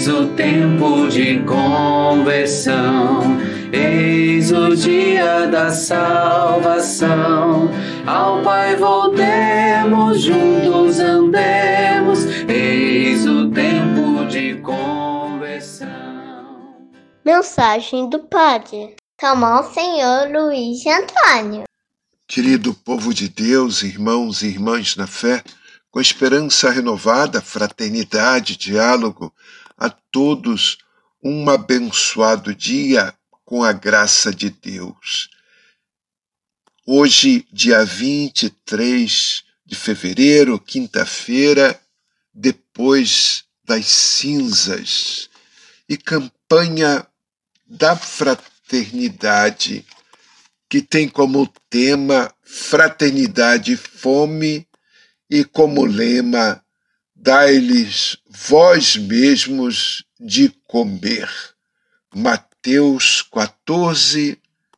Eis o tempo de conversão, eis o dia da salvação. Ao Pai voltemos, juntos andemos, eis o tempo de conversão. Mensagem do Padre Calmon Senhor Luiz Antônio. Querido povo de Deus, irmãos e irmãs na fé, com esperança renovada, fraternidade, diálogo, a todos um abençoado dia com a graça de Deus. Hoje, dia 23 de fevereiro, quinta-feira, depois das cinzas, e campanha da fraternidade, que tem como tema Fraternidade e Fome e como lema Dai-lhes vós mesmos de comer. Mateus 14,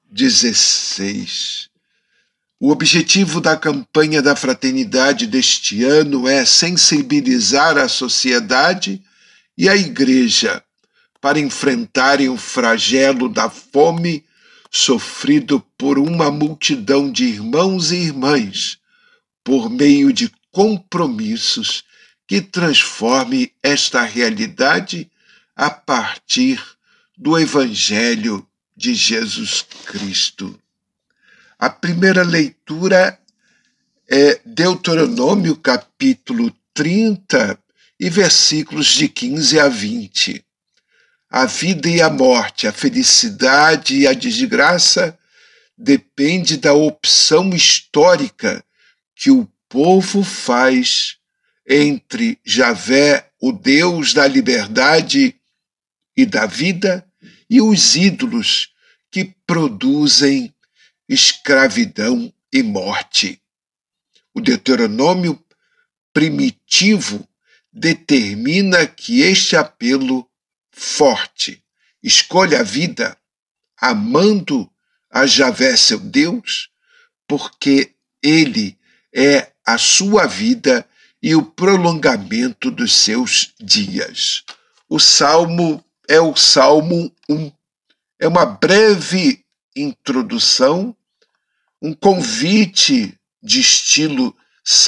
16. O objetivo da campanha da fraternidade deste ano é sensibilizar a sociedade e a Igreja para enfrentarem o flagelo da fome sofrido por uma multidão de irmãos e irmãs, por meio de compromissos que transforme esta realidade a partir do Evangelho de Jesus Cristo. A primeira leitura é Deuteronômio capítulo 30 e versículos de 15 a 20. A vida e a morte, a felicidade e a desgraça depende da opção histórica que o povo faz entre Javé, o Deus da liberdade e da vida, e os ídolos que produzem escravidão e morte. O Deuteronômio primitivo determina que este apelo forte, escolha a vida, amando a Javé, seu Deus, porque ele é a sua vida e o prolongamento dos seus dias. O Salmo é o Salmo 1. É uma breve introdução, um convite de estilo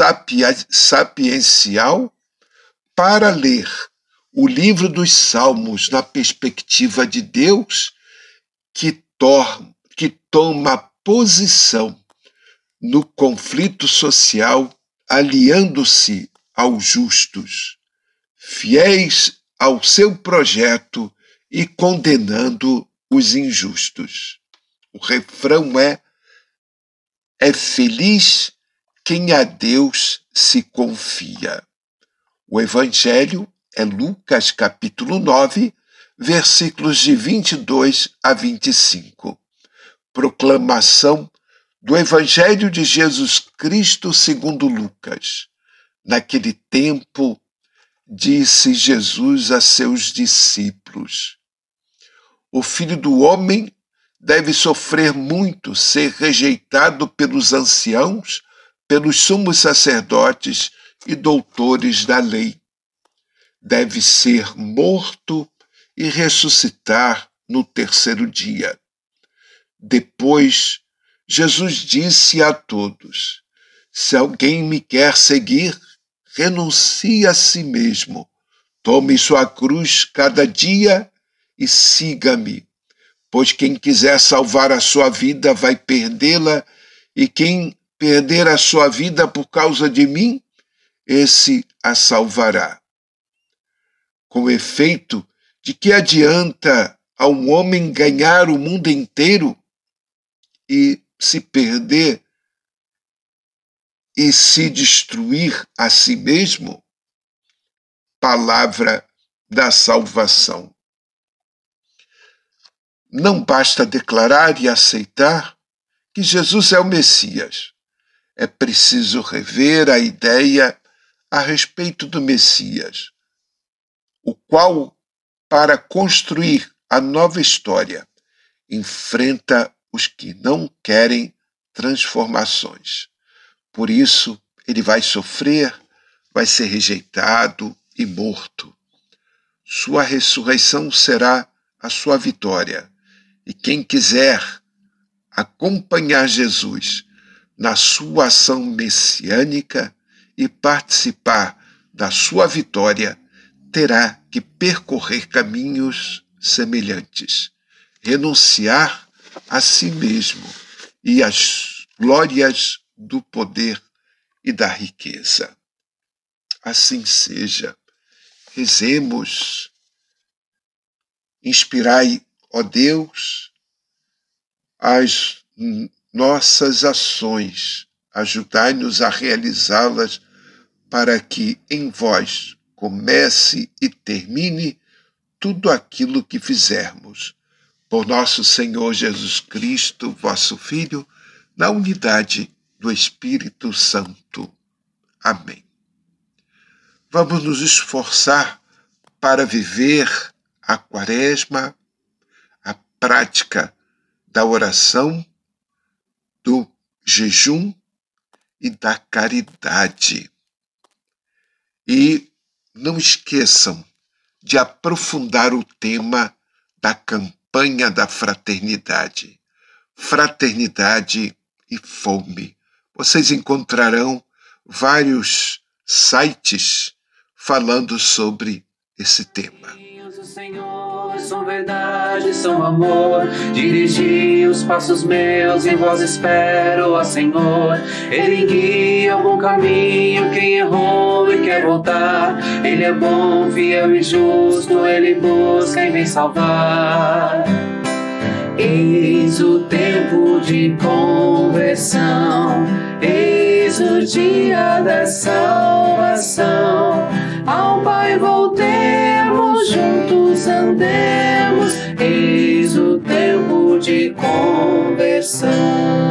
sapiencial para ler o livro dos Salmos na perspectiva de Deus, que toma posição no conflito social, aliando-se aos justos, fiéis ao seu projeto e condenando os injustos. O refrão é feliz quem a Deus se confia. O Evangelho é Lucas capítulo 9, versículos de 22 a 25. Proclamação do Evangelho de Jesus Cristo segundo Lucas. Naquele tempo, disse Jesus a seus discípulos: o Filho do Homem deve sofrer muito, ser rejeitado pelos anciãos, pelos sumos sacerdotes e doutores da lei. Deve ser morto e ressuscitar no terceiro dia. Depois, Jesus disse a todos: se alguém me quer seguir, renuncie a si mesmo, tome sua cruz cada dia e siga-me. Pois quem quiser salvar a sua vida vai perdê-la, e quem perder a sua vida por causa de mim, esse a salvará. Com efeito, de que adianta a um homem ganhar o mundo inteiro e se perder e se destruir a si mesmo? Palavra da salvação. Não basta declarar e aceitar que Jesus é o Messias. É preciso rever a ideia a respeito do Messias, o qual, para construir a nova história, enfrenta os que não querem transformações. Por isso, ele vai sofrer, vai ser rejeitado e morto. sua ressurreição será a sua vitória. E quem quiser acompanhar Jesus na sua ação messiânica e participar da sua vitória, terá que percorrer caminhos semelhantes, renunciar a si mesmo e às glórias do poder e da riqueza. Assim seja. Rezemos. Inspirai, ó Deus, as nossas ações, ajudai-nos a realizá-las para que em vós comece e termine tudo aquilo que fizermos. Por nosso Senhor Jesus Cristo, vosso Filho, na unidade do Espírito Santo. Amém. Vamos nos esforçar para viver a Quaresma, a prática da oração, do jejum e da caridade. E não esqueçam de aprofundar o tema da campanha da fraternidade. Fraternidade e fome. Vocês encontrarão vários sites falando sobre esse tema. O Senhor, são verdade, são amor. Dirigi os passos meus, em vós espero, ó Senhor. Ele guia o bom caminho, quem errou e quer voltar. Ele é bom, fiel e justo, ele busca e vem salvar. Eis o tempo de conversão, eis o dia da salvação. Ao Pai voltemos, juntos andemos, eis o tempo de conversão.